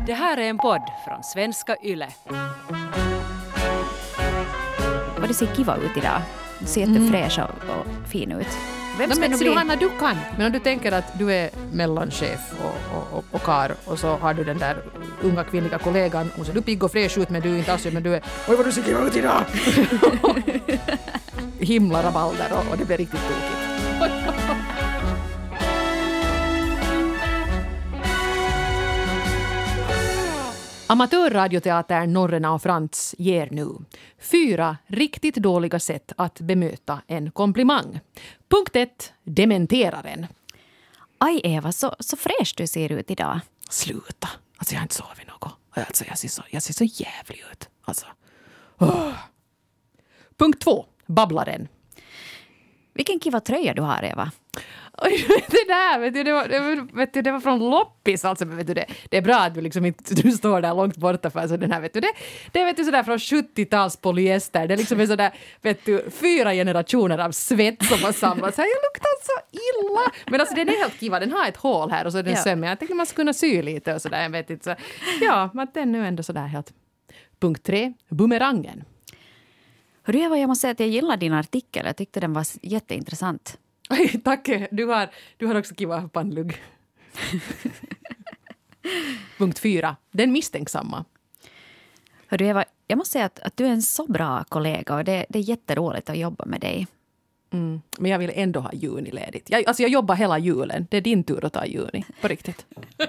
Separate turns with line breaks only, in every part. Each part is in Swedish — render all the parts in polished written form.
Det här är en podd från Svenska Yle.
Vad du ser kiva ut idag. Du ser jättefräsch och fin ut.
Vem ska du Hanna, du kan. Men om du tänker att du är mellanchef och kar och så har du den där unga kvinnliga kollegan och så du pigg och fräsch ut men du är inte alls, men du är oj vad du ser kiva ut idag. Himla rabalder och det blir riktigt tokigt. Amatörradioteatern Norrena och Frans ger nu 4 riktigt dåliga sätt att bemöta en komplimang. Punkt 1. Dementeraren.
Aj Eva, så fräsch du ser ut idag.
Sluta. Alltså jag har inte sovit något. Alltså jag ser så jävlig ut. Alltså. Punkt 2. Babblaren.
Vilken kiva tröja du har, Eva.
Oj, det där, det var från loppis alltså, det är bra att du står där långt borta för alltså den här, det är sådär från 70-tals polyester, det är liksom sådär, 4 generationer av svett som har samlats här, jag luktar så illa, men alltså den är helt kiva, den har ett hål här och så är den sömmig, jag tänkte man skulle kunna sy lite och sådär, jag vet inte, så ja, men den nu ändå sådär helt. Punkt 3, bumerangen.
Hörru Eva, jag måste säga att jag gillar din artikel, jag tyckte den var jätteintressant.
Oj, tack. Du har också kiva pannlugg. Punkt 4. Den misstänksamma.
Hörru Eva, jag måste säga att du är en så bra kollega och det är jätteroligt att jobba med dig.
Mm. Men jag vill ändå ha juniledigt. Jag jobbar hela julen. Det är din tur att ta juni. På riktigt.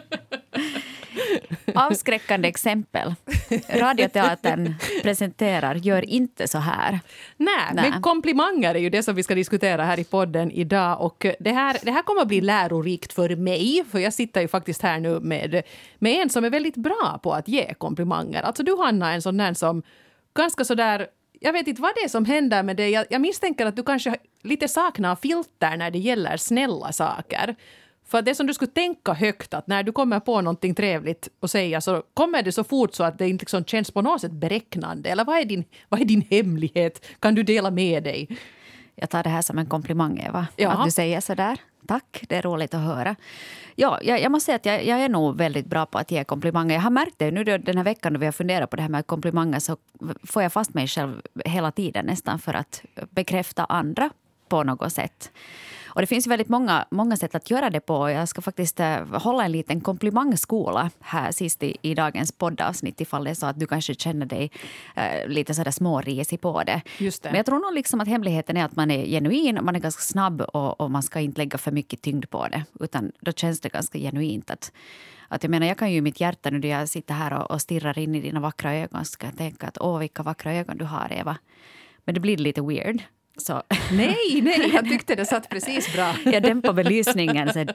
Avskräckande exempel. Radioteatern presenterar gör inte så här.
Nej, men komplimanger är ju det som vi ska diskutera här i podden idag. Och det här kommer att bli lärorikt för mig. För jag sitter ju faktiskt här nu med en som är väldigt bra på att ge komplimanger. Alltså du Hanna är en sån där som ganska sådär... Jag vet inte vad det är som händer med dig. Jag misstänker att du kanske lite saknar filter när det gäller snälla saker. För det som du skulle tänka högt att när du kommer på någonting trevligt och säga så kommer det så fort så att det inte liksom känns på något sätt beräknande. Eller vad är din hemlighet? Kan du dela med dig?
Jag tar det här som en komplimang, Eva.
Ja.
Att du säger så där. Tack, det är roligt att höra. Ja, jag måste säga att jag är nog väldigt bra på att ge komplimanger. Jag har märkt det nu den här veckan då vi har funderat på det här med komplimanger så får jag fast mig själv hela tiden nästan för att bekräfta andra på något sätt. Och det finns väldigt många sätt att göra det på. Jag ska faktiskt hålla en liten komplimangskola här sist i dagens poddavsnitt ifall det är så att du kanske känner dig lite sådär smårisig på det.
Just det.
Men jag tror nog liksom att hemligheten är att man är genuin, man är ganska snabb och man ska inte lägga för mycket tyngd på det. Utan då känns det ganska genuint att jag menar, jag kan ju i mitt hjärta nu när jag sitter här och stirrar in i dina vackra ögon så ska jag tänka att vilka vackra ögon du har, Eva. Men det blir lite weird. Så.
Nej, jag tyckte det satt precis bra.
Jag dämpar belysningen. Så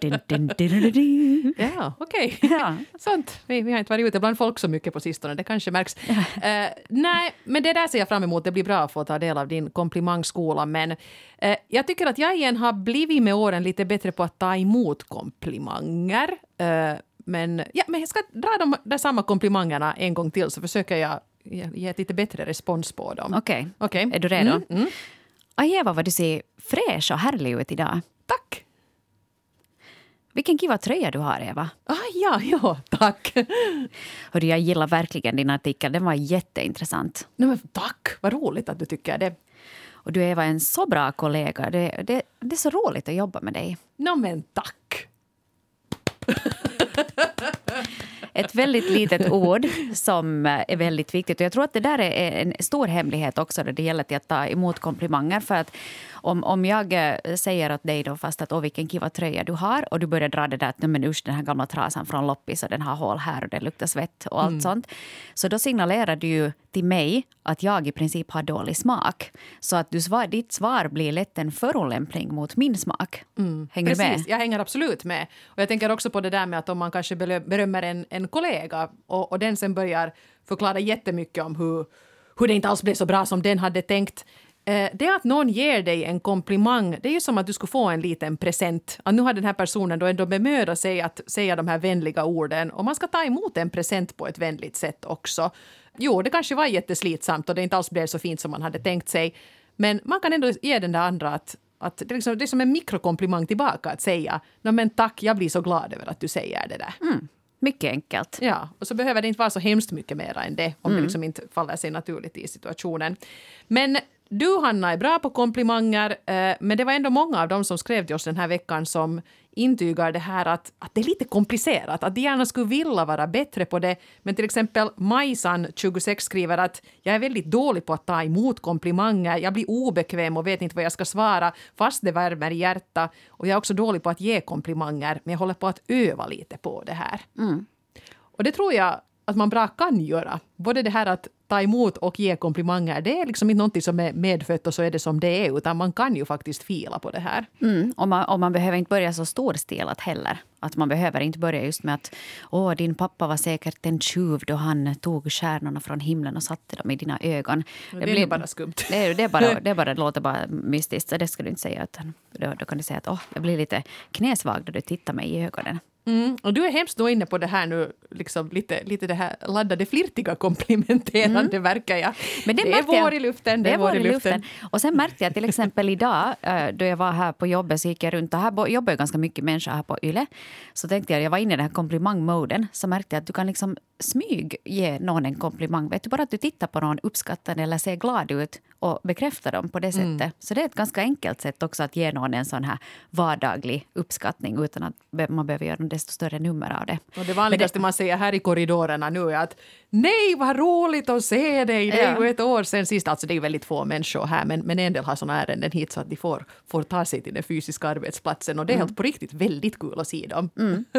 ja, okej.
Ja.
Sånt. Vi har inte varit ute bland folk så mycket på sistone. Det kanske märks. Nej, men det där ser jag fram emot. Det blir bra att få ta del av din komplimangskola. Men jag tycker att jag igen har blivit med åren lite bättre på att ta emot komplimanger. Men jag ska dra de där samma komplimangerna en gång till så försöker jag ge ett lite bättre respons på dem.
Okej.
Okay.
Är du redo? Aj, Eva, vad du ser fräsch och härlig ut idag.
Tack.
Vilken kiva tröja du har, Eva.
Ja, tack.
Hörru, jag gillar verkligen din artikel. Den var jätteintressant.
Nej, men tack, vad roligt att du tycker det.
Och du Eva är en så bra kollega. Det är så roligt att jobba med dig.
Men tack.
Ett väldigt litet ord som är väldigt viktigt. Och jag tror att det där är en stor hemlighet också när det gäller till att ta emot komplimanger. För att om jag säger åt dig då fast att vilken kiva tröja du har och du börjar dra det där att men usch, den här gamla trasan från loppis och den har hål här och den luktar svett och allt sånt. Så då signalerar du ju till mig att jag i princip har dålig smak. Så att ditt svar blir lätt en förolämpning mot min smak. Hänger du med?
Jag hänger absolut med. Och jag tänker också på det där med att om man kanske berömmer en kollega och den sen börjar förklara jättemycket om hur det inte alls blev så bra som den hade tänkt. Det att någon ger dig en komplimang, det är ju som att du skulle få en liten present. Att nu har den här personen då ändå bemödat sig att säga de här vänliga orden. Och man ska ta emot en present på ett vänligt sätt också. Jo, det kanske var jätteslitsamt och det inte alls blev så fint som man hade tänkt sig. Men man kan ändå ge den där andra att det är som en mikrokomplimang tillbaka att säga men tack, jag blir så glad över att du säger det där.
Mycket enkelt.
Ja, och så behöver det inte vara så hemskt mycket mer än det om det liksom inte faller sig naturligt i situationen. Men du, Hanna, är bra på komplimanger, men det var ändå många av dem som skrev till oss den här veckan som intygar det här att det är lite komplicerat, att de gärna skulle vilja vara bättre på det. Men till exempel Majsan, 26, skriver att jag är väldigt dålig på att ta emot komplimanger. Jag blir obekväm och vet inte vad jag ska svara fast det värmer i hjärta. Och jag är också dålig på att ge komplimanger, men jag håller på att öva lite på det här. Och det tror jag att man bra kan göra. Både det här att ta emot och ge komplimanger, det är liksom inte någonting som är medfött och så är det som det är, utan man kan ju faktiskt fila på det här.
Och man behöver inte börja så storstilat heller. Att man behöver inte börja just med att din pappa var säkert en tjuv då han tog stjärnorna från himlen och satte dem i dina ögon.
Det blir bara skumt.
Det låter bara mystiskt. Så det ska du inte säga. Utan då kan du säga att jag blir lite knäsvag då du tittar mig i ögonen.
Och du är hemskt då inne på det här nu, liksom lite det här laddade, flirtiga, komplimenterande verkar jag. Men det är vår i luften. Det är vår i luften.
Och sen märkte jag till exempel idag, då jag var här på jobbet, så gick jag runt, och här jobbar ju ganska mycket människor här på Yle. Så tänkte jag var inne i den här komplimangmoden, så märkte jag att du kan liksom ge någon en komplimang. Vet du, bara att du tittar på någon uppskattande eller ser glad ut och bekräftar dem på det sättet. Så det är ett ganska enkelt sätt också att ge någon en sån här vardaglig uppskattning utan att man behöver göra desto större nummer av det.
Och det vanligaste man säger här i korridorerna nu är att nej, vad roligt att se dig. Det är ju ett år sedan sist. Alltså det är ju väldigt få människor här, men en del har såna ärenden hit så att de får ta sig till den fysiska arbetsplatsen. Och det är helt på riktigt väldigt kul att se dem.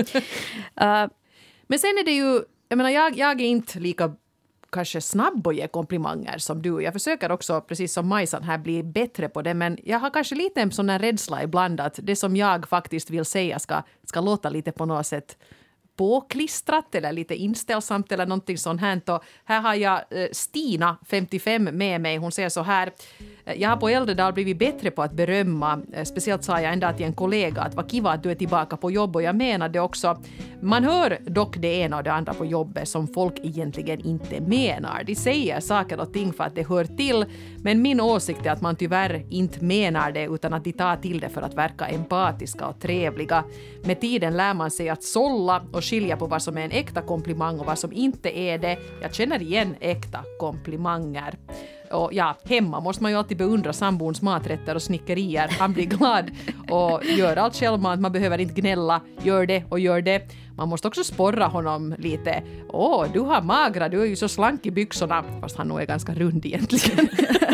Men sen är det ju, jag menar, jag är inte lika kanske snabb att ge komplimanger som du. Jag försöker också, precis som Majsan här, bli bättre på det. Men jag har kanske lite en sån här rädsla ibland att det som jag faktiskt vill säga ska låta lite på något sätt påklistrat eller lite inställsamt eller någonting sånt här. Och här har jag Stina, 55, med mig. Hon säger så här: jag har på äldre dag blivit bättre på att berömma. Speciellt sa jag ända till en kollega att vad kiva att du är tillbaka på jobb, och jag menade också. Man hör dock det ena och det andra på jobbet som folk egentligen inte menar. De säger saker och ting för att det hör till, men min åsikt är att man tyvärr inte menar det utan att de tar till det för att verka empatiska och trevliga. Med tiden lär man sig att sålla och skilja på vad som är en äkta komplimang och vad som inte är det. Jag känner igen äkta komplimanger. Och ja, hemma måste man ju alltid beundra sambons maträtter och snickerier. Han blir glad och gör allt självmant. Man behöver inte gnälla. Gör det och gör det. Man måste också sporra honom lite. Du har magra, du är ju så slank i byxorna. Fast han nog är ganska rund egentligen.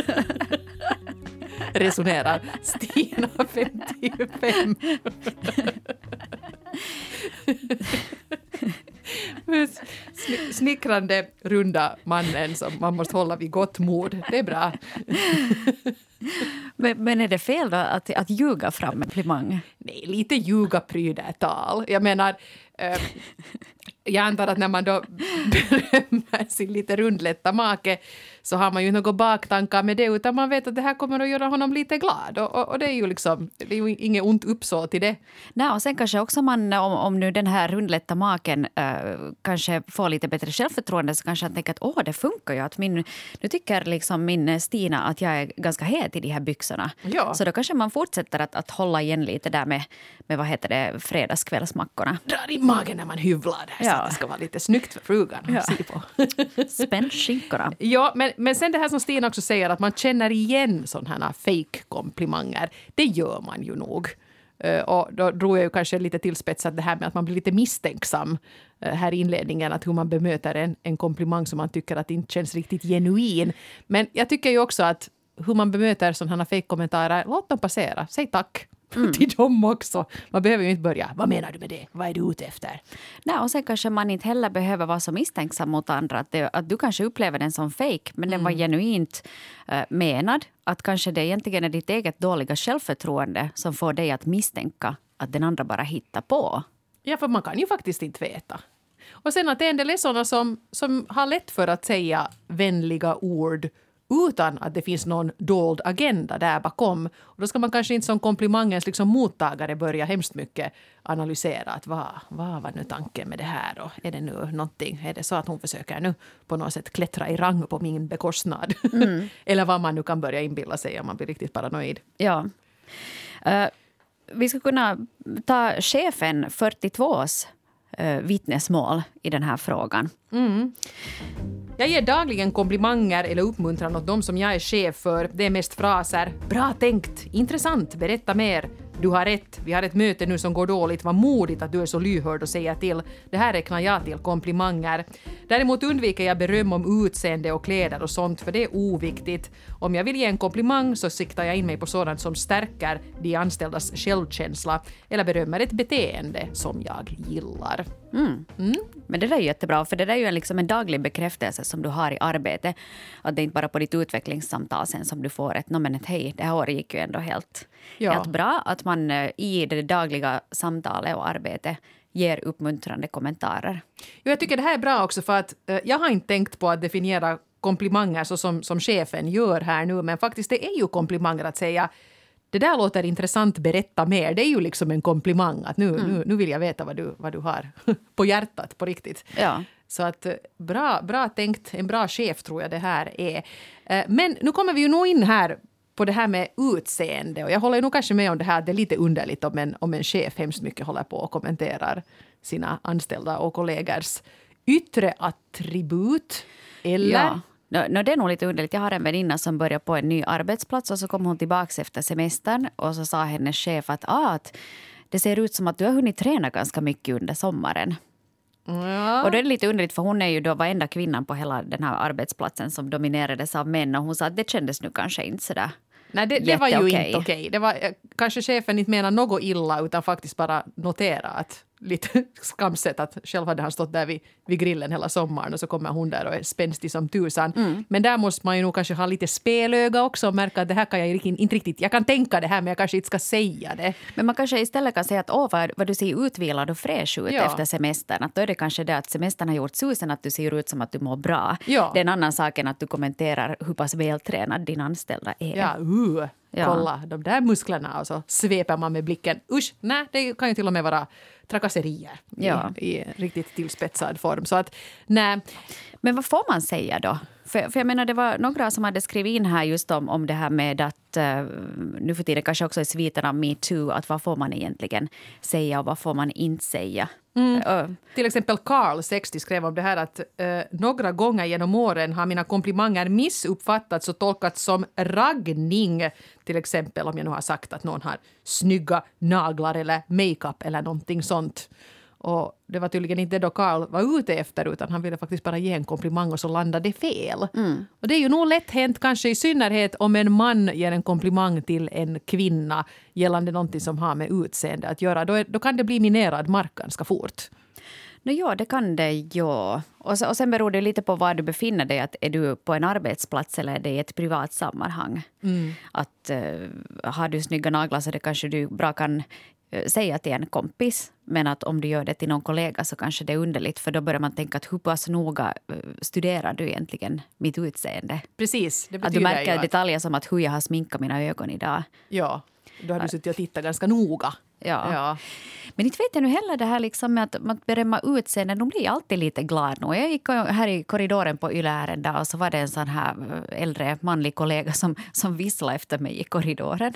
Resonerar Stina, 55. Snickrande, runda mannen som man måste hålla vid gott mod. Det är bra.
Men är det fel då att ljuga fram en komplimang?
Nej, lite ljuga pryder tal. Jag menar, jag antar att när man då berömmer sin lite rundlätta make så har man ju några baktankar med det, utan man vet att det här kommer att göra honom lite glad. Och det är ju liksom, det är ju inget ont uppsåt i det.
Nej, och sen kanske också man, om nu den här rundlätta maken kanske får lite bättre självförtroende, så kanske han tänker att det funkar ju. Att nu tycker liksom min Stina att jag är ganska het i de här byxorna.
Ja.
Så då kanske man fortsätter att hålla igen lite där med vad heter det, fredagskvällsmackorna.
Drar i magen när man hyvlar där, så att det ska vara lite snyggt för frugan.
Ja.
Se på.
Spänn skinkorna.
Ja, men sen det här som Stina också säger, att man känner igen sådana här fake-komplimanger. Det gör man ju nog. Och då drog jag ju kanske lite tillspetsat det här med att man blir lite misstänksam här i inledningen, att hur man bemöter en komplimang som man tycker att inte känns riktigt genuin. Men jag tycker ju också att hur man bemöter sådana här fake-kommentarer, låt dem passera. Säg tack. Till dem också. Man behöver ju inte börja, vad menar du med det? Vad är du ute efter?
Nej, och sen kanske man inte heller behöver vara så misstänksam mot andra. Att du kanske upplever den som fake, men den var genuint menad. Att kanske det egentligen är ditt eget dåliga självförtroende som får dig att misstänka att den andra bara hittar på.
Ja, för man kan ju faktiskt inte veta. Och sen att en del är sådana som har lätt för att säga vänliga ord utan att det finns någon dold agenda där bakom. Och då ska man kanske inte som komplimangens liksom mottagare börja hemskt mycket analysera att vad var nu tanken med det här, och är det nu någonting, är det så att hon försöker nu på något sätt klättra i rang på min bekostnad? Eller vad man nu kan börja inbilla sig om man blir riktigt paranoid.
Ja. Vi ska kunna ta chefen 42s vittnesmål i den här frågan.
Jag ger dagligen komplimanger eller uppmuntran åt de som jag är chef för. Det är mest fraser. Bra tänkt, intressant, berätta mer. Du har rätt, vi har ett möte nu som går dåligt. Vad modigt att du är så lyhörd och säger till. Det här räknar jag till komplimanger. Däremot undviker jag beröm om utseende och kläder och sånt, för det är oviktigt. Om jag vill ge en komplimang så siktar jag in mig på sådant som stärker de anställdas självkänsla eller berömmer ett beteende som jag gillar.
Men det där är jättebra, för det där är ju liksom en daglig bekräftelse som du har i arbete. Att det är inte bara på ditt utvecklingssamtal sen som du får ett hej, det här året gick ju ändå helt bra. Att man i det dagliga samtalet och arbetet ger uppmuntrande kommentarer.
Jo, jag tycker det här är bra också, för att jag har inte tänkt på att definiera komplimanger så som chefen gör här nu, men faktiskt det är ju komplimanger att säga det där låter intressant, berätta mer. Det är ju liksom en komplimang att nu vill jag veta vad du har på hjärtat på riktigt.
Ja.
Så att bra tänkt, en bra chef tror jag det här är. Men nu kommer vi ju nog in här på det här med utseende, och jag håller nog kanske med om det här, det är lite underligt om en chef hemskt mycket håller på och kommenterar sina anställda och kollegors yttre attribut, eller?
Ja. Det är nog lite underligt. Jag har en väninna som börjar på en ny arbetsplats och så kom hon tillbaka efter semestern och så sa hennes chef att det ser ut som att du har hunnit träna ganska mycket under sommaren.
Ja.
Och då är det lite underligt, för hon är ju då varenda kvinnan på hela den här arbetsplatsen som dominerades av män, och hon sa att det kändes nu kanske inte sådär.
Nej, det var ju inte okej. Det var kanske chefen inte menar något illa utan faktiskt bara notera att lite skamset att själv hade han stått där vid grillen hela sommaren och så kommer hon där och är spänstig som tusan. Men där måste man ju nog kanske ha lite spelöga också och märka att det här kan jag inte riktigt, jag kan tänka det här men jag kanske inte ska säga det.
Men man kanske istället kan säga att vad du ser utvilad och fräsch ut efter semestern. Att då är det kanske det att semestern har gjort susen att du ser ut som att du mår bra. Ja. Det är en annan sak än att du kommenterar hur pass vältränad din anställda är.
Ja, kolla de där musklerna och så sveper man med blicken. Usch, nej, det kan ju till och med vara trakasserier i riktigt tillspetsad form. Så att, nej.
Men vad får man säga då? För jag menar, det var några som hade skrivit in här just om det här med att nu för tiden kanske också i sviten av Me Too, att vad får man egentligen säga och vad får man inte säga?
Till exempel Carl, 60, skrev om det här att några gånger genom åren har mina komplimanger missuppfattats och tolkats som raggning. Till exempel om jag nu har sagt att någon har snygga naglar eller makeup eller någonting sånt. Och det var tydligen inte då Carl var ute efter, utan han ville faktiskt bara ge en komplimang och så landade det fel. Och det är ju nog lätt hänt, kanske i synnerhet om en man ger en komplimang till en kvinna gällande någonting som har med utseende att göra. Då kan det bli minerad mark ganska fort.
Ja, det kan det ju. Och sen beror det lite på var du befinner dig. Att är du på en arbetsplats eller är det i ett privat sammanhang? Att har du snygga naglar så det kanske du bra kan säga till en kompis. Men att om du gör det till någon kollega så kanske det är underligt. För då börjar man tänka att hur pass noga studerar du egentligen mitt utseende?
Precis. Det betyder
att du märker detaljer som att hur jag har sminkat mina ögon idag.
Ja, då har du suttit och tittat ganska noga.
Ja. Men inte vet jag nu heller det här liksom med att berömma utseende. De blir alltid lite glada nu. Jag gick här i korridoren på Yle-ärenden och så var det en sån här äldre manlig kollega som visslade efter mig i korridoren.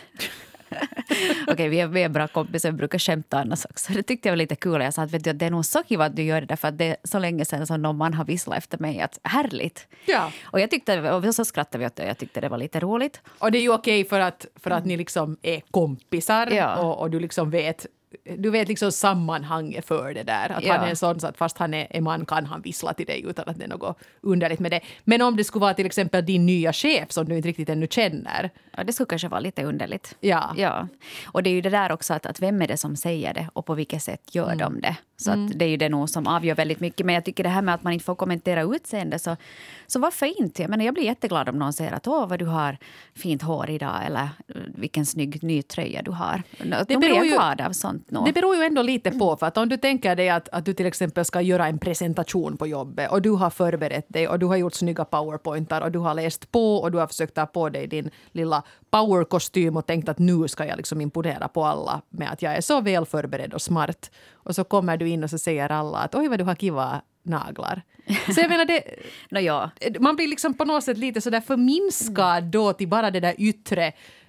Okej, vi är bra kompisar, vi brukar skämta annars också. Det tyckte jag var lite kul. Jag sa att det är nog så kul att du gör det för att det är så länge sedan som någon man har visslat efter mig. Att, härligt! Ja. Och så skrattade vi åt det. Jag tyckte det var lite roligt.
Och det är ju okej för att ni liksom är kompisar och du liksom vet... Du vet liksom sammanhanget för det där. Att han är en sån så att fast han är man kan han vissla till dig utan att det är något underligt med det. Men om det skulle vara till exempel din nya chef som du inte riktigt ännu känner.
Ja, det skulle kanske vara lite underligt.
Ja.
Och det är ju det där också att vem är det som säger det och på vilket sätt gör de det. Så att det är ju det nog som avgör väldigt mycket. Men jag tycker det här med att man inte får kommentera utseende så varför inte? Jag menar, jag blir jätteglad om någon säger att vad du har fint hår idag eller vilken snygg ny tröja du har. Det blir jag glad av sånt nog.
Det beror ju ändå lite på, för att om du tänker dig att du till exempel ska göra en presentation på jobbet och du har förberett dig och du har gjort snygga powerpointar och du har läst på och du har försökt ta på dig din lilla powerkostym och tänkt att nu ska jag liksom imponera på alla med att jag är så väl förberedd och smart. Och så kommer du in och så säger alla att oj vad du har kiva naglar. Så jag menar man blir liksom på något sätt lite så där förminskad då till bara det där yttre.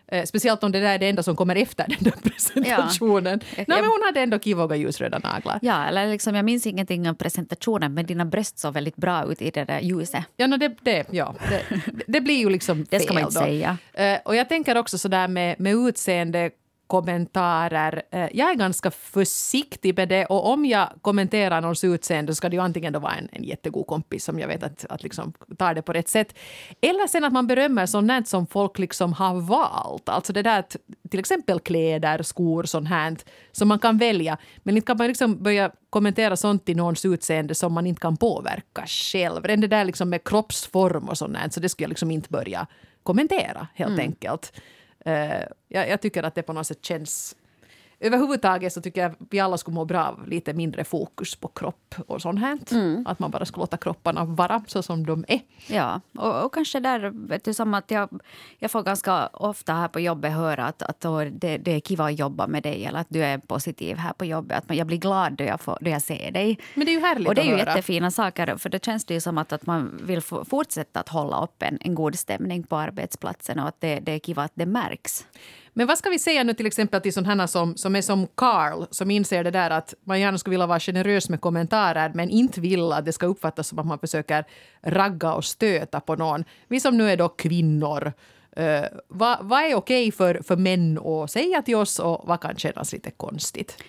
Speciellt om det där är det enda som kommer efter den där presentationen.
Ja.
Men hon hade ändå kivoga ljusröda naglar.
Ja, eller liksom, jag minns ingenting om presentationen, men dina bröst såg väldigt bra ut i det där ljuset.
Ja, det blir ju liksom fel.
Det ska man inte
då.
säga.
Och jag tänker också sådär med utseende kommentarer. Jag är ganska försiktig med det, och om jag kommenterar någons utseende så ska det ju antingen då vara en jättegod kompis som jag vet att liksom tar det på rätt sätt. Eller sen att man berömmer sånt som folk liksom har valt. Alltså det där, till exempel kläder, skor, sånt här som man kan välja. Men inte kan man liksom börja kommentera sånt i någons utseende som man inte kan påverka själv. Det där liksom med kroppsform och sånt här, så det skulle jag liksom inte börja kommentera helt enkelt. Jag tycker att det på något sätt känns... Överhuvudtaget så tycker jag att vi alla skulle må bra av lite mindre fokus på kropp och sånt här. Att man bara skulle låta kropparna vara så som de är.
Ja, och kanske där, vet du, som att jag får ganska ofta här på jobbet höra att det är kiva att jobba med dig, eller att du är positiv här på jobbet. Att jag blir glad då jag ser dig.
Men det är ju härligt
och det är ju
att höra.
Jättefina saker, för det känns det ju som att man vill fortsätta att hålla upp en god stämning på arbetsplatsen, och att det är kiva att det märks.
Men vad ska vi säga nu till exempel till sådana som är som Carl, som inser det där att man gärna skulle vilja vara generös med kommentarer men inte vill att det ska uppfattas som att man försöker ragga och stöta på någon. Vi som nu är då kvinnor, vad är okej för män att säga till oss, och vad kan kännas lite konstigt?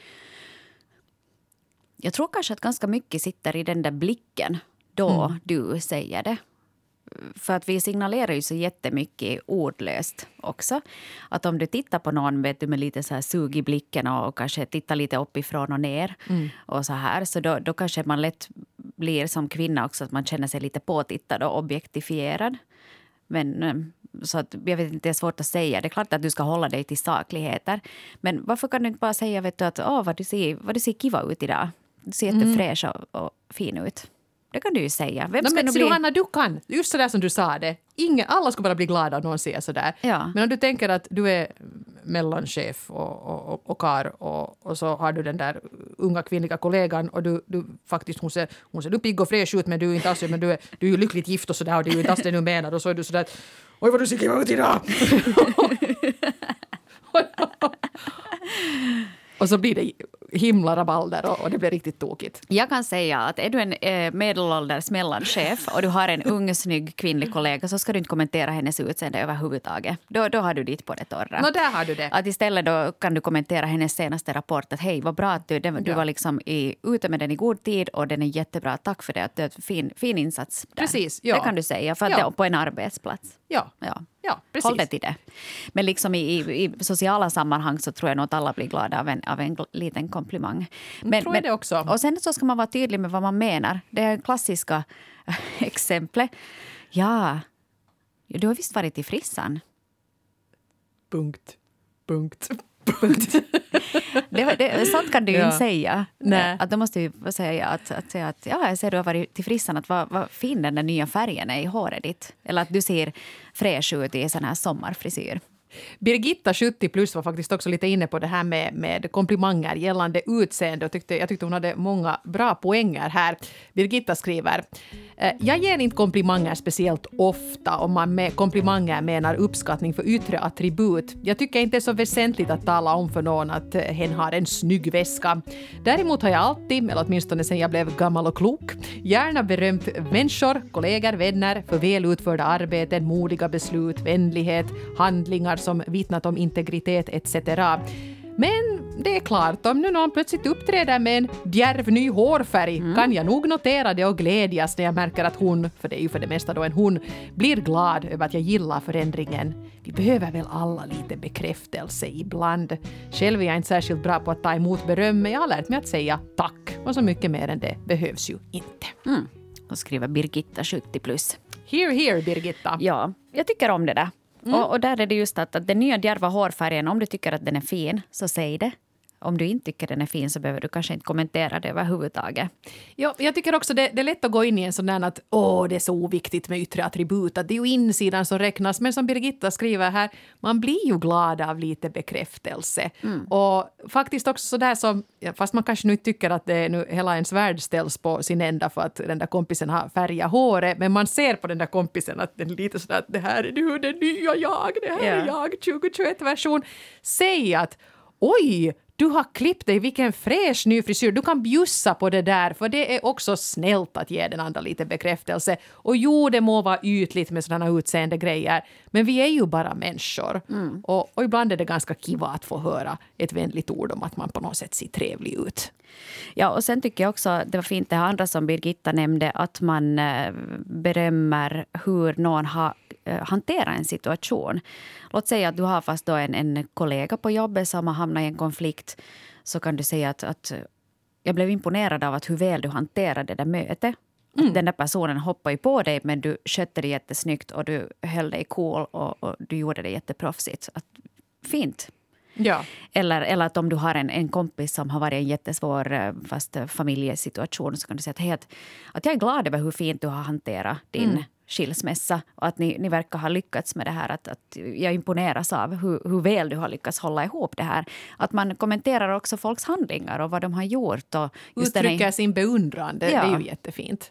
Jag tror kanske att ganska mycket sitter i den där blicken då du säger det. För att vi signalerar ju så jättemycket ordlöst också. Att om du tittar på någon, vet du, med lite så här sug i blicken och kanske tittar lite uppifrån och ner och så här, så då kanske man lätt blir som kvinna också att man känner sig lite påtittad och objektifierad. Men så att jag vet inte, det är svårt att säga. Det är klart att du ska hålla dig till sakligheter. Men varför kan du inte bara säga, vet du, att vad du ser kiva ut idag. Du ser jättefräsch och fin ut. Det kan du ju säga. Vem ska
men Hanna, du kan. Just sådär som du sa det. Alla ska bara bli glada om någon säger sådär.
Ja.
Men om du tänker att du är mellanchef och kar och så har du den där unga kvinnliga kollegan och du faktiskt, hon ser pigg och fräsch ut, men du är inte alls, men du är ju lyckligt gift och sådär, och det är ju inte alls det du menar, och så är du sådär, oj vad du ser kiva ut idag! Och så blir det himla rabalder och det blir riktigt tokigt.
Jag kan säga att är du en medelålders mellanchef och du har en ung, snygg kvinnlig kollega, så ska du inte kommentera hennes utseende överhuvudtaget. Då har du dit på det torra.
Nå, där har du det.
Att istället då kan du kommentera hennes senaste rapport att hej, vad bra att du var liksom ute med den i god tid och den är jättebra. Tack för det. Att det är en fin insats där.
Precis, ja.
Det kan du säga för att det är på en arbetsplats.
Ja, precis.
Håll det till det. Men liksom i sociala sammanhang så tror jag nog att alla blir glada av en liten komplimang.
Jag tror det också.
Och sen så ska man vara tydlig med vad man menar. Det är klassiska exemplet. Ja, du har visst varit i frissan.
Punkt.
Sånt kan du ju inte säga.
Nej.
Att då måste du säga att jag ser du har varit till frissan, att vad fin den där nya färgen är i håret ditt. Eller att du ser fräsch ut i sån här sommarfrisyr.
Birgitta 70 plus var faktiskt också lite inne på det här med komplimanger gällande utseende. Jag tyckte hon hade många bra poänger här. Birgitta skriver: jag ger inte komplimanger speciellt ofta om man med komplimanger menar uppskattning för yttre attribut. Jag tycker inte det är så väsentligt att tala om för någon att hen har en snygg väska. Däremot har jag alltid, eller åtminstone sen jag blev gammal och klok, gärna berömt människor, kollegor, vänner för väl utförda arbeten, modiga beslut, vänlighet, handlingar som vittnat om integritet etc. Men det är klart, om nu någon plötsligt uppträder med en djärv ny hårfärg kan jag nog notera det och glädjas när jag märker att hon, för det är ju för det mesta då en hon, blir glad över att jag gillar förändringen. Vi behöver väl alla lite bekräftelse ibland. Själv är jag inte särskilt bra på att ta emot beröm, men jag har lärt mig att säga tack. Och så mycket mer än det behövs ju inte.
Och skriver Birgitta 70 plus.
Here, Birgitta.
Ja, jag tycker om det där. Och där är det just att den nya djärva hårfärgen, om du tycker att den är fin, så säg det. om du inte tycker den är fin så behöver du kanske inte kommentera det överhuvudtaget.
Ja, jag tycker också det är lätt att gå in i en sån där att det är så oviktigt med yttre attribut, att det är ju insidan som räknas. Men som Birgitta skriver här, man blir ju glad av lite bekräftelse. Och faktiskt också sådär som, fast man kanske nu inte tycker att det är nu hela ens värld ställs på sin ända för att den där kompisen har färgat håret, men man ser på den där kompisen att den är lite sådär att det här är nu det nya jag, det här är jag 2021-version. Säg att oj, du har klippt dig, vilken fräsch ny frisyr. Du kan bjussa på det där, för det är också snällt att ge den andra lite bekräftelse. Och jo, det må vara ytligt med sådana utseende grejer, men vi är ju bara människor. Och ibland är det ganska kiva att få höra ett vänligt ord om att man på något sätt ser trevlig ut.
Ja, och sen tycker jag också det var fint det här andra som Birgitta nämnde, att man berömmer hur någon har hanterat en situation. Låt säga att du har fast då en kollega på jobbet som har hamnat i en konflikt, så kan du säga att jag blev imponerad av att hur väl du hanterade det där mötet. Den där personen hoppade ju på dig, men du skötte det jättesnyggt och du höll dig cool och du gjorde det jätteproffsigt. Fint.
Ja.
Eller att om du har en kompis som har varit i en jättesvår fast familjesituation, så kan du säga att jag är glad över hur fint du har hanterat din skilsmässa och att ni verkar ha lyckats med det här. Att jag imponeras av hur väl du har lyckats hålla ihop det här. Att man kommenterar också folks handlingar och vad de har gjort. Och just
uttrycker sin beundran, det är ju jättefint.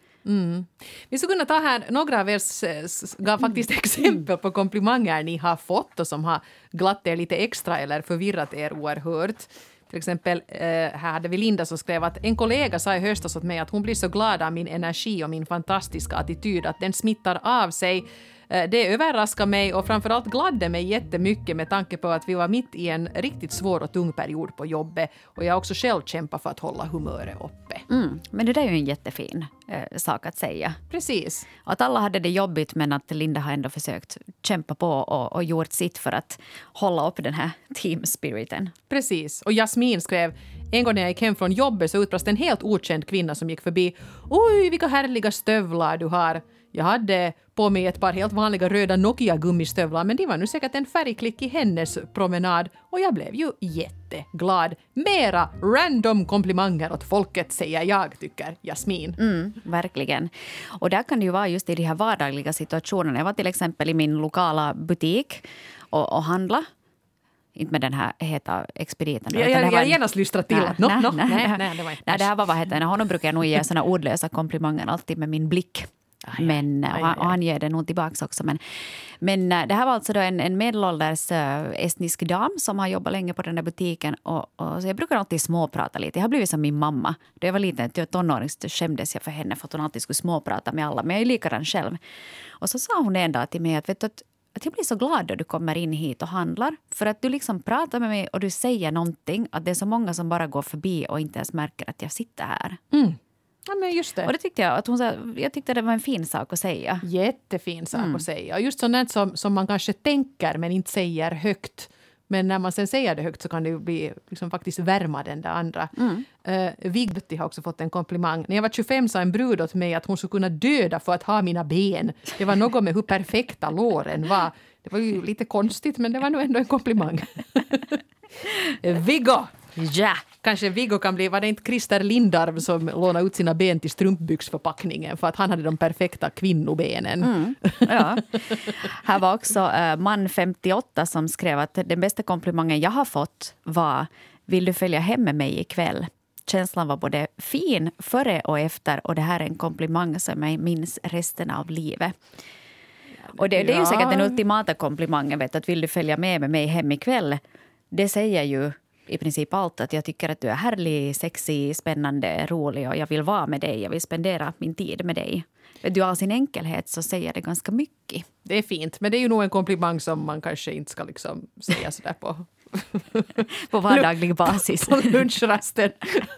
Vi skulle kunna ta här, några av er gav faktiskt exempel på komplimanger ni har fått och som har glatt er lite extra eller förvirrat er oerhört. Till exempel, här hade vi Linda som skrev att en kollega sa i höstas åt mig att hon blir så glad av min energi och min fantastiska attityd att den smittar av sig. Det överraskar mig och framförallt gladde mig jättemycket med tanke på att vi var mitt i en riktigt svår och tung period på jobbet och jag också själv kämpar för att hålla humöret uppe.
Men det där är ju en jättefin sak att säga.
Precis.
Att alla hade det jobbigt, men att Linda har ändå försökt kämpa på och gjort sitt för att hålla upp den här team-spiriten.
Precis. Och Jasmin skrev, en gång när jag gick hem från jobbet så utbrast en helt okänd kvinna som gick förbi. Oj, vilka härliga stövlar du har. Jag hade på mig ett par helt vanliga röda Nokia-gummistövlar, men det var nu säkert en färgklick i hennes promenad och jag blev ju jätteglad. Mera random komplimanger åt folket, säger jag, tycker Jasmin.
Verkligen. Och där kan det ju vara just i de här vardagliga situationerna. Jag var till exempel i min lokala butik och handla. Inte med den här heta expediten.
Jag genast lystrar till.
Nej, det här var vad heter det. Honom brukar jag nog ge såna ordlösa komplimanger alltid med min blick. Och han ger det nog tillbaka också. Men det här var alltså då en medelålders estnisk dam som har jobbat länge på den där butiken. Och så jag brukar alltid småprata lite. Jag har blivit som min mamma. Då jag var liten, tonåring, skämdes jag för henne för att hon alltid skulle småprata med alla. Men jag är likadan själv. Och så sa hon en dag till mig att jag blir så glad då du kommer in hit och handlar. För att du liksom pratar med mig och du säger någonting. Att det är så många som bara går förbi och inte ens märker att jag sitter här.
Ja, men just det.
Och det tyckte jag att hon sa, jag tyckte det var en fin sak att säga.
Jättefin sak att säga. Och just sånt som man kanske tänker men inte säger högt. Men när man sen säger det högt så kan det ju bli liksom faktiskt värma den där andra. Vigdetti har också fått en komplimang. När jag var 25 sa en brud åt mig att hon skulle kunna döda för att ha mina ben. Det var något med hur perfekta låren var. Det var ju lite konstigt, men det var nog ändå en komplimang. Viggo!
Ja!
Kanske Viggo kan bli, var det inte Christer Lindarw som lånade ut sina ben till strumpbyxförpackningen för att han hade de perfekta kvinnobenen.
Ja. Här var också man 58 som skrev att den bästa komplimangen jag har fått var: vill du följa hem med mig ikväll? Känslan var både fin före och efter och det här är en komplimang som jag minns resten av livet. Och det är ju säkert den ultimata komplimangen, vet, att vill du följa med mig hem ikväll? Det säger ju i princip allt, att jag tycker att du är härlig, sexig, spännande, rolig och jag vill vara med dig, jag vill spendera min tid med dig. Du har sin enkelhet så säger det ganska mycket.
Det är fint, men det är ju nog en komplimang som man kanske inte ska liksom säga sådär på
på vardaglig basis.
På lunchrasten.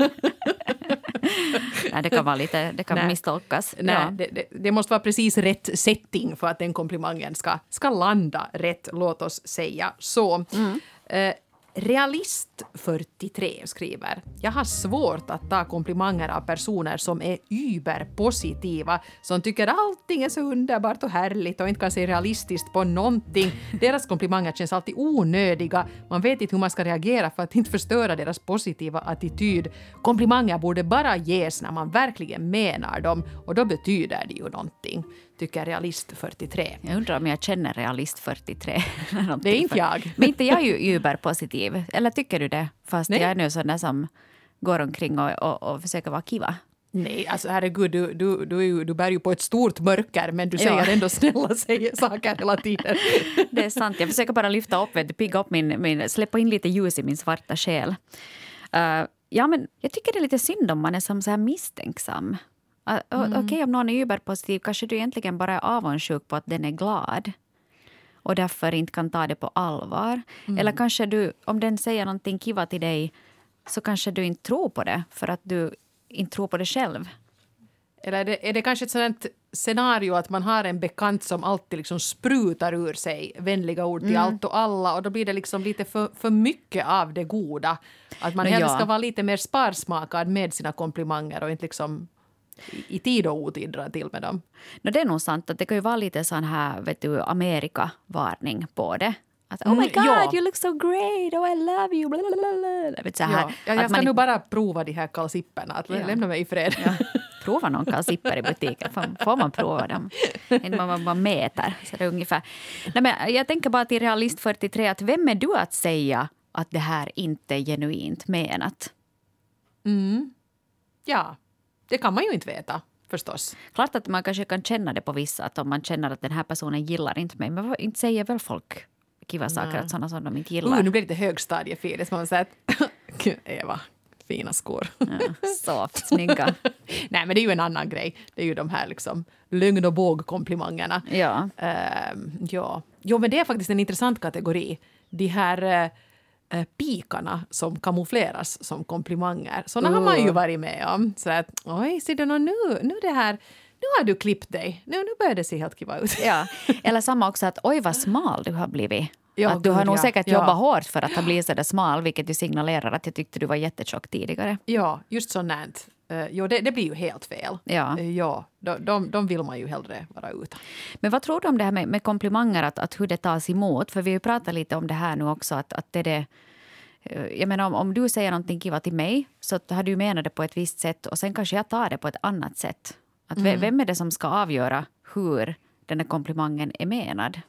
Nej, det kan vara lite, det kan misstolkas.
Nej, det måste vara precis rätt setting för att den komplimangen ska landa rätt, låt oss säga så. Realist 43 skriver: jag har svårt att ta komplimanger av personer som är überpositiva, som tycker allting är så underbart och härligt och inte kan se realistiskt på någonting. Deras komplimanger känns alltid onödiga. Man vet inte hur man ska reagera för att inte förstöra deras positiva attityd. Komplimanger borde bara ges när man verkligen menar dem, och då betyder det ju någonting, tycker realist 43.
Jag undrar om jag känner realist 43.
Det är inte jag.
Men inte jag är ju überpositiv. Eller tycker du det? Fast jag är nu sån där som går omkring och försöker vara kiva.
Nej, alltså herregud, du bär ju på ett stort mörker, men du säger ändå snälla saker hela tiden.
Det är sant. Jag försöker bara lyfta upp, pigga upp släppa in lite ljus i min svarta själ. Ja, men jag tycker det är lite synd om man är som så här misstänksam. Okej, om någon är überpositiv, kanske du egentligen bara är avundsjuk på att den är glad och därför inte kan ta det på allvar. Eller kanske du, om den säger någonting kiva till dig, så kanske du inte tror på det för att du inte tror på det själv.
Eller är det kanske ett sådant scenario att man har en bekant som alltid liksom sprutar ur sig vänliga ord till allt och alla, och då blir det liksom lite för mycket av det goda. Att man helst ska vara lite mer sparsmakad med sina komplimanger och inte liksom i tid och otid dra till med dem.
Det är nog sant att det kan ju vara lite sån här, vet du, Amerika-varning på det. Att, oh my God, you look so great, oh I love you, blablabla. Vet så här,
jag ska nu bara prova de här kalsipperna, att lämna mig i fred.
Ja. Prova någon kalsipper i butiken, får man prova dem. Man mäter, så det är ungefär. Nej, men jag tänker bara till realist 43, att vem är du att säga att det här inte är genuint menat?
Ja, det kan man ju inte veta, förstås.
Klart att man kanske kan känna det på vissa, att om man känner att den här personen gillar inte mig, men inte säger väl folk kiva saker att sådana som de inte gillar.
Nu blir det lite högstadiefil, som man säger att Eva, fina skor.
Ja, så snygga.
Nej, men det är ju en annan grej. Det är ju de här liksom lögn- och båg-komplimangerna.
Ja.
Jo, men det är faktiskt en intressant kategori. De här pikarna som kamoufleras som komplimanger. Sådana har man ju varit med om. Så att, oj, ser du nu det här... Nu har du klippt dig. Nu börjar det se helt kiva ut.
Ja. Eller samma också att oj vad smal du har blivit.
Ja,
att du har nog säkert jobbat hårt för att ha blivit så där smal, vilket ju signalerar att jag tyckte du var jättetjock tidigare.
Ja, just sånt. Det blir ju helt fel.
Ja.
De vill man ju hellre vara utan.
Men vad tror du om det här med komplimanger, att hur det tas emot? För vi har ju pratat lite om det här nu också, att det jag menar, om du säger någonting kiva till mig, så har du menat det på ett visst sätt och sen kanske jag tar det på ett annat sätt. Att vem är det som ska avgöra hur den här komplimangen är menad?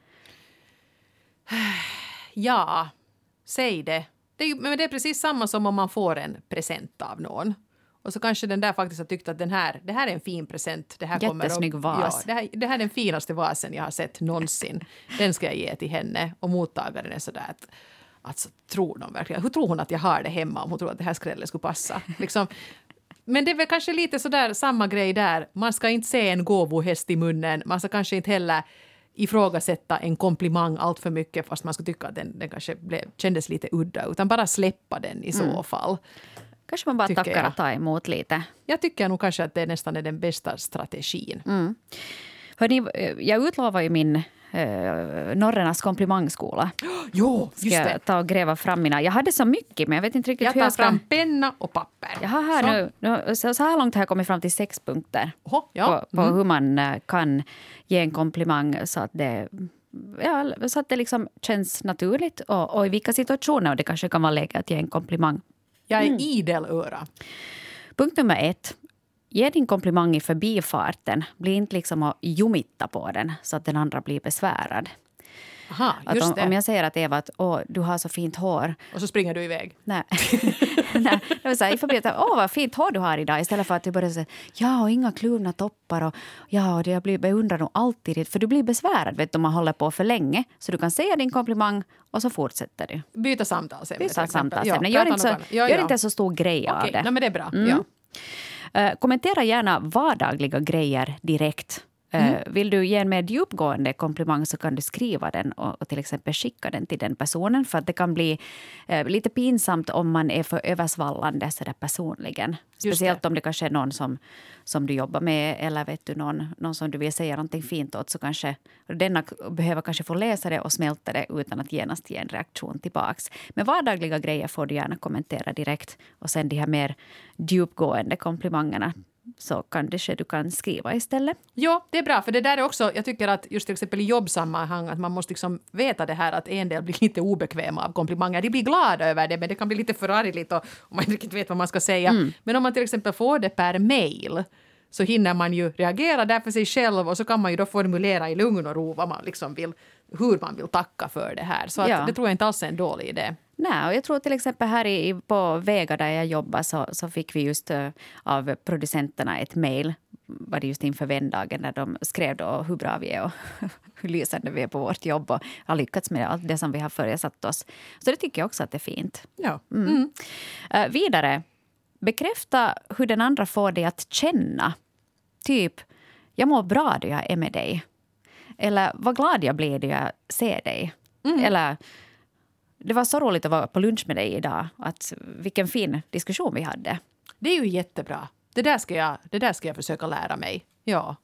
Ja, säg det. Men det är precis samma som om man får en present av någon. Och så kanske den där faktiskt har tyckt att det här är en fin present. Det här
jättesnygg vas.
Ja, det här är den finaste vasen jag har sett någonsin. Den ska jag ge till henne. Och mottagaren är sådär att alltså, tror de verkligen? Hur tror hon att jag har det hemma om hon tror att det här skrället skulle passa? Liksom. Men det är väl kanske lite sådär samma grej där. Man ska inte se en gåvohäst i munnen. Man ska kanske inte heller ifrågasätta en komplimang allt för mycket fast man ska tycka att den kanske kändes lite udda. Utan bara släppa den i så fall.
Kanske man bara tackar och tar emot lite.
Jag tycker nog kanske att det nästan är den bästa strategin.
Hörrni, jag utlovar ju min Norrarnas komplimangskola.
Jo, just det.
Ska jag ta och gräva fram mina. Jag hade så mycket, men jag vet inte riktigt hur
jag tar fram penna och papper.
Jag har här nu så här långt har jag kommit fram till 6 punkter på hur man kan ge en komplimang så att det liksom känns naturligt och i vilka situationer, och det kanske kan vara läge att ge en komplimang.
Jag är idel öra.
Punkt nummer 1. Ge din komplimang i förbifarten. Bli inte liksom att jumitta på den så att den andra blir besvärad.
Aha, just
att om jag säger att Eva, att du har så fint hår.
Och så springer du iväg.
Nej. Nej, det var så här, i förbifarten, vad fint hår du har idag. Istället för att du börjar säga, ja, och inga kluvna toppar. Och jag beundrar nog alltid. För du blir besvärad, vet du, om man håller på för länge. Så du kan säga din komplimang och så fortsätter du.
Byta samtalsämne.
Gör inte så stor grej av det.
Nej, men det är bra. Ja.
Kommentera gärna vardagliga grejer direkt. Vill du ge en mer djupgående komplimang så kan du skriva den och till exempel skicka den till den personen. För att det kan bli lite pinsamt om man är för översvallande så där personligen. Speciellt om det kanske är någon som du jobbar med eller vet du, någon som du vill säga någonting fint åt. Så kanske denna behöver kanske få läsa det och smälta det utan att genast ge en reaktion tillbaks. Men vardagliga grejer får du gärna kommentera direkt. Och sen de här mer djupgående komplimangerna så kanske du kan skriva istället.
Ja, det är bra, för det där är också, jag tycker att just till exempel i jobbsammanhang att man måste liksom veta det här att en del blir lite obekväma av komplimanger. De blir glada över det, men det kan bli lite förargligt och man inte riktigt vet vad man ska säga. Men om man till exempel får det per mail så hinner man ju reagera där för sig själv och så kan man ju då formulera i lugn och ro vad man liksom vill, hur man vill tacka för det här. Så att det tror jag inte alls är en dålig idé.
Nej, och jag tror till exempel här på Vega där jag jobbar så fick vi just av producenterna ett mejl. Var det just inför vändagen där de skrev då hur bra vi är och hur lysande vi är på vårt jobb och har lyckats med allt det som vi har föresatt oss. Så det tycker jag också att det är fint.
Ja.
Vidare, bekräfta hur den andra får dig att känna. Typ, jag mår bra då jag är med dig. Eller, vad glad jag blir då jag ser dig. Eller, det var så roligt att vara på lunch med dig idag. Att, vilken fin diskussion vi hade.
Det är ju jättebra. Det där ska jag försöka lära mig. Ja.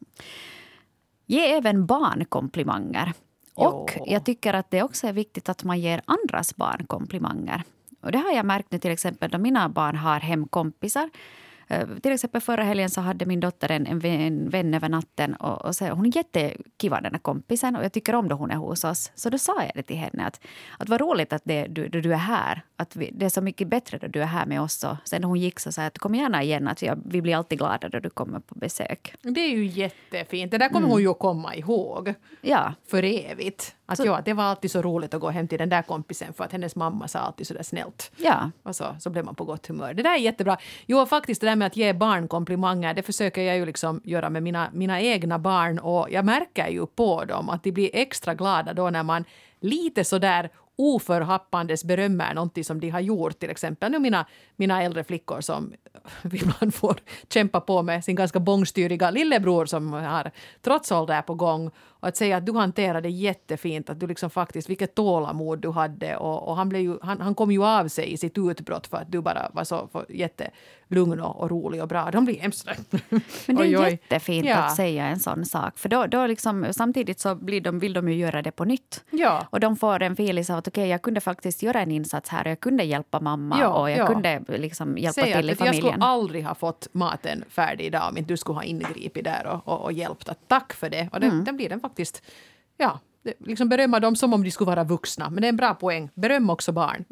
Ge även barn komplimanger. Och jag tycker att det också är viktigt att man ger andras barn komplimanger. Och det har jag märkt nu till exempel då mina barn har hemkompisar. Till exempel förra helgen så hade min dotter en vän över natten och så, hon är jättekiva den här kompisen och jag tycker om då hon är hos oss. Så då sa jag det till henne att vad roligt att du är här. Att det är så mycket bättre då du är här med oss. Och sen när hon gick så sa jag att kom gärna igen att vi blir alltid glada då du kommer på besök.
Det är ju jättefint. Det där kommer hon ju att komma ihåg för evigt. Att det var alltid så roligt att gå hem till den där kompisen för att hennes mamma sa alltid så där snällt.
Ja.
Och så blev man på gott humör. Det där är jättebra. Jo, faktiskt det där med att ge barn komplimanger, det försöker jag ju liksom göra med mina egna barn och jag märker ju på dem att de blir extra glada då när man lite så där oförhappandes berömmer någonting som de har gjort. Till exempel nu mina äldre flickor som ibland får kämpa på med sin ganska bångstyriga lillebror som har trotsålder på gång. Och att säga att du hanterade jättefint, att du liksom faktiskt, vilket tålamod du hade. Och han kom ju av sig i sitt utbrott för att du bara var så jättelugn och rolig och bra. De blir hemskt.
Men det är jättefint att säga en sån sak. För då liksom, samtidigt så vill de ju göra det på nytt.
Ja.
Och de får en feeling av att okej, jag kunde faktiskt göra en insats här och jag kunde hjälpa mamma och jag kunde liksom hjälpa till i familjen.
Jag skulle aldrig ha fått maten färdig idag om inte du skulle ha ingripit där och hjälpt. Tack för det. Och den blir den faktiskt, liksom berömma dem som om de skulle vara vuxna. Men det är en bra poäng. Beröm också barn.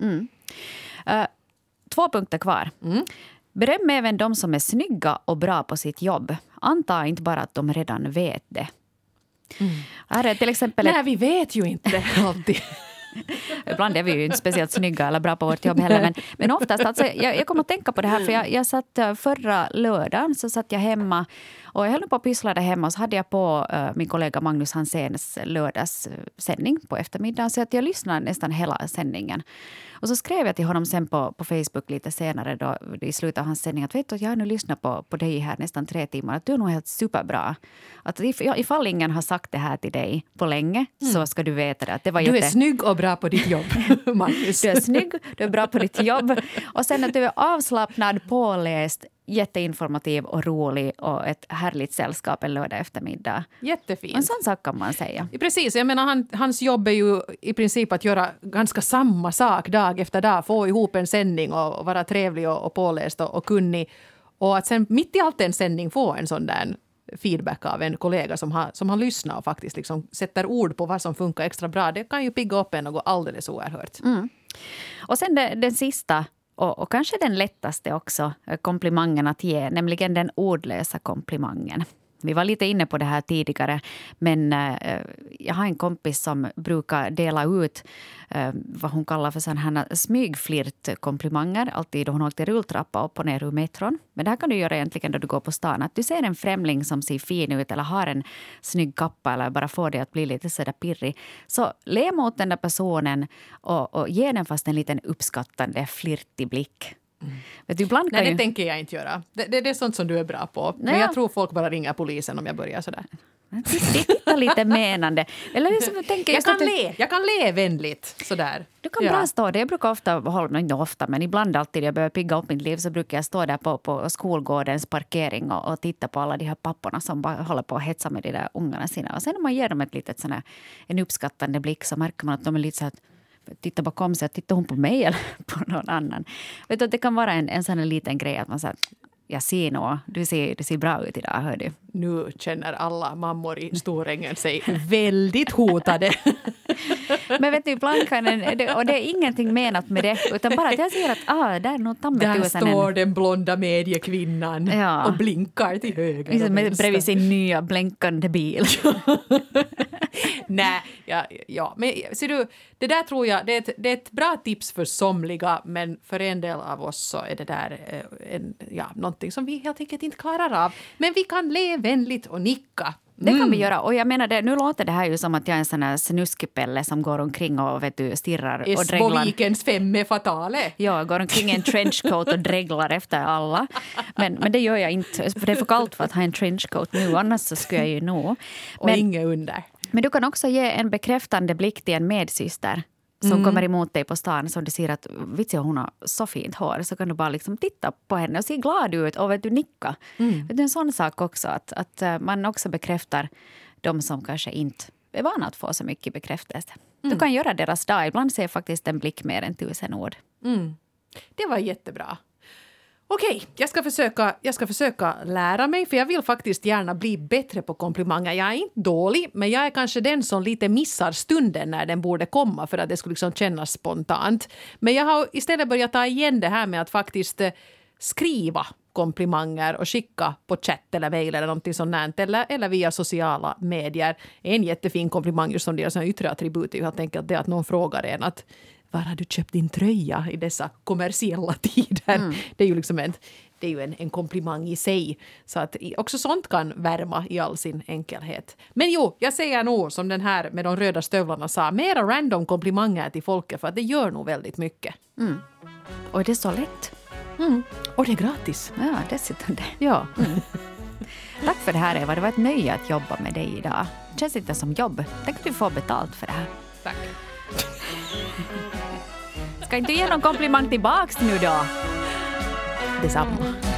2 punkter kvar. Beröm även de som är snygga och bra på sitt jobb. Anta inte bara att de redan vet det. Här är till exempel
Nej, vi vet ju inte alltid.
Ibland är vi ju inte speciellt snygga eller bra på vårt jobb heller. Men oftast, alltså, jag kommer att tänka på det här. För jag satt förra lördagen så satt jag hemma. Och jag höll på att pyssla där hemma. Och så hade jag på min kollega Magnus Hanséns lördagssändning på eftermiddagen. Så att jag lyssnade nästan hela sändningen. Och så skrev jag till honom sen på Facebook lite senare då, i slutet av hans sändning. Att vet du, jag har nu lyssnat på dig här nästan 3 timmar. Att du är nog helt superbra. Att ifall ingen har sagt det här till dig på länge så ska du veta det. Att det var
du är snygg och bra på ditt jobb, Magnus.
Du är snygg, du är bra på ditt jobb. Och sen att du är avslappnad, påläst, jätteinformativ och rolig och ett härligt sällskap en lördag eftermiddag.
Jättefint.
En sån sak kan man säga.
Precis, jag menar hans jobb är ju i princip att göra ganska samma sak dag efter dag. Få ihop en sändning och vara trevlig och påläst och kunnig. Och att sen mitt i allt en sändning få en sån där feedback av en kollega som har lyssnat och faktiskt liksom sätter ord på vad som funkar extra bra. Det kan ju pigga upp en och gå alldeles oerhört.
Och sen den sista och kanske den lättaste också komplimangen att ge, nämligen den ordlösa komplimangen. Vi var lite inne på det här tidigare, men jag har en kompis som brukar dela ut vad hon kallar för sådana här smygflirt-komplimanger. Alltid då hon åkte rulltrappa upp och ner ur metron. Men det här kan du göra egentligen då du går på stan. Att du ser en främling som ser fin ut eller har en snygg kappa eller bara får dig att bli lite sådär pirrig. Så le mot den där personen och ge den fast en liten uppskattande, flirtig blick. Vet du,
Nej, det tänker jag inte göra. Det är sånt som du är bra på. Men jag tror folk bara ringer polisen om jag börjar sådär.
Titta lite menande. Eller liksom, tänker
jag kan le vänligt sådär.
Du kan bra stå där. Jag brukar inte ofta, men ibland alltid jag börjar pigga upp mitt liv så brukar jag stå där på skolgårdens parkering och titta på alla de här papporna som bara håller på att hetsa med de där ungarna sina. Och sen när man ger dem ett litet en uppskattande blick så märker man att de är lite så att titta bakom sig, tittar hon på mig eller på någon annan. Vet du, det kan vara en sån här liten grej att man säger jag ser nog, du ser bra ut idag, hör du.
Nu känner alla mammor i Storängen sig väldigt hotade.
Men vet du, ibland kan och det är ingenting menat med det, utan bara att jag ser att där är nog
där står den blonda mediekvinnan och blinkar till höger och vänster.
Bredvid sin nya blänkande bil.
Nej, men ser du, det där tror jag, det är ett bra tips för somliga, men för en del av oss så är det där någonting som vi helt enkelt inte klarar av. Men vi kan le vänligt och nicka.
Det kan vi göra. Och jag menar, nu låter det här ju som att jag är en sån här snuskepelle som går omkring och stirrar och dreglar.
Esbovikens femme fatale.
Ja, går omkring i en trenchcoat och dreglar efter alla. Men det gör jag inte. För det är för kallt för att ha en trenchcoat nu. Annars så skulle jag ju nog.
Och inget under.
Men du kan också ge en bekräftande blick till en medsyster som kommer emot dig på stan, som du ser att hon har så fint hår, så kan du bara liksom titta på henne och se glad ut och nicka. Det är en sån sak också att man också bekräftar de som kanske inte är vana att få så mycket bekräftelse. Du kan göra deras dag. Ibland ser faktiskt en blick mer än 1000 ord.
Det var jättebra. Okej, jag ska försöka lära mig, för jag vill faktiskt gärna bli bättre på komplimanger. Jag är inte dålig, men jag är kanske den som lite missar stunden när den borde komma för att det skulle liksom kännas spontant. Men jag har istället börjat ta igen det här med att faktiskt skriva komplimanger och skicka på chatt eller mejl eller någonting sånt eller via sociala medier. En jättefin komplimang just som deras yttre attribut är ju helt enkelt det att någon frågar en att var har du köpt din tröja i dessa kommersiella tider? Det är ju liksom en komplimang i sig. Så att också sånt kan värma i all sin enkelhet. Men jag säger nog som den här med de röda stövlarna sa, mera random komplimanger till folket, för att det gör nog väldigt mycket.
Och det är så lätt.
Och det är gratis.
Ja, dessutom det.
Ja.
Tack för det här, Eva. Det var ett nöje att jobba med dig idag. Det känns inte som jobb. Tänk att du får betalt för det här.
Tack.
Ska inte ge någon komplimang tillbaks nu då?
Detsamma.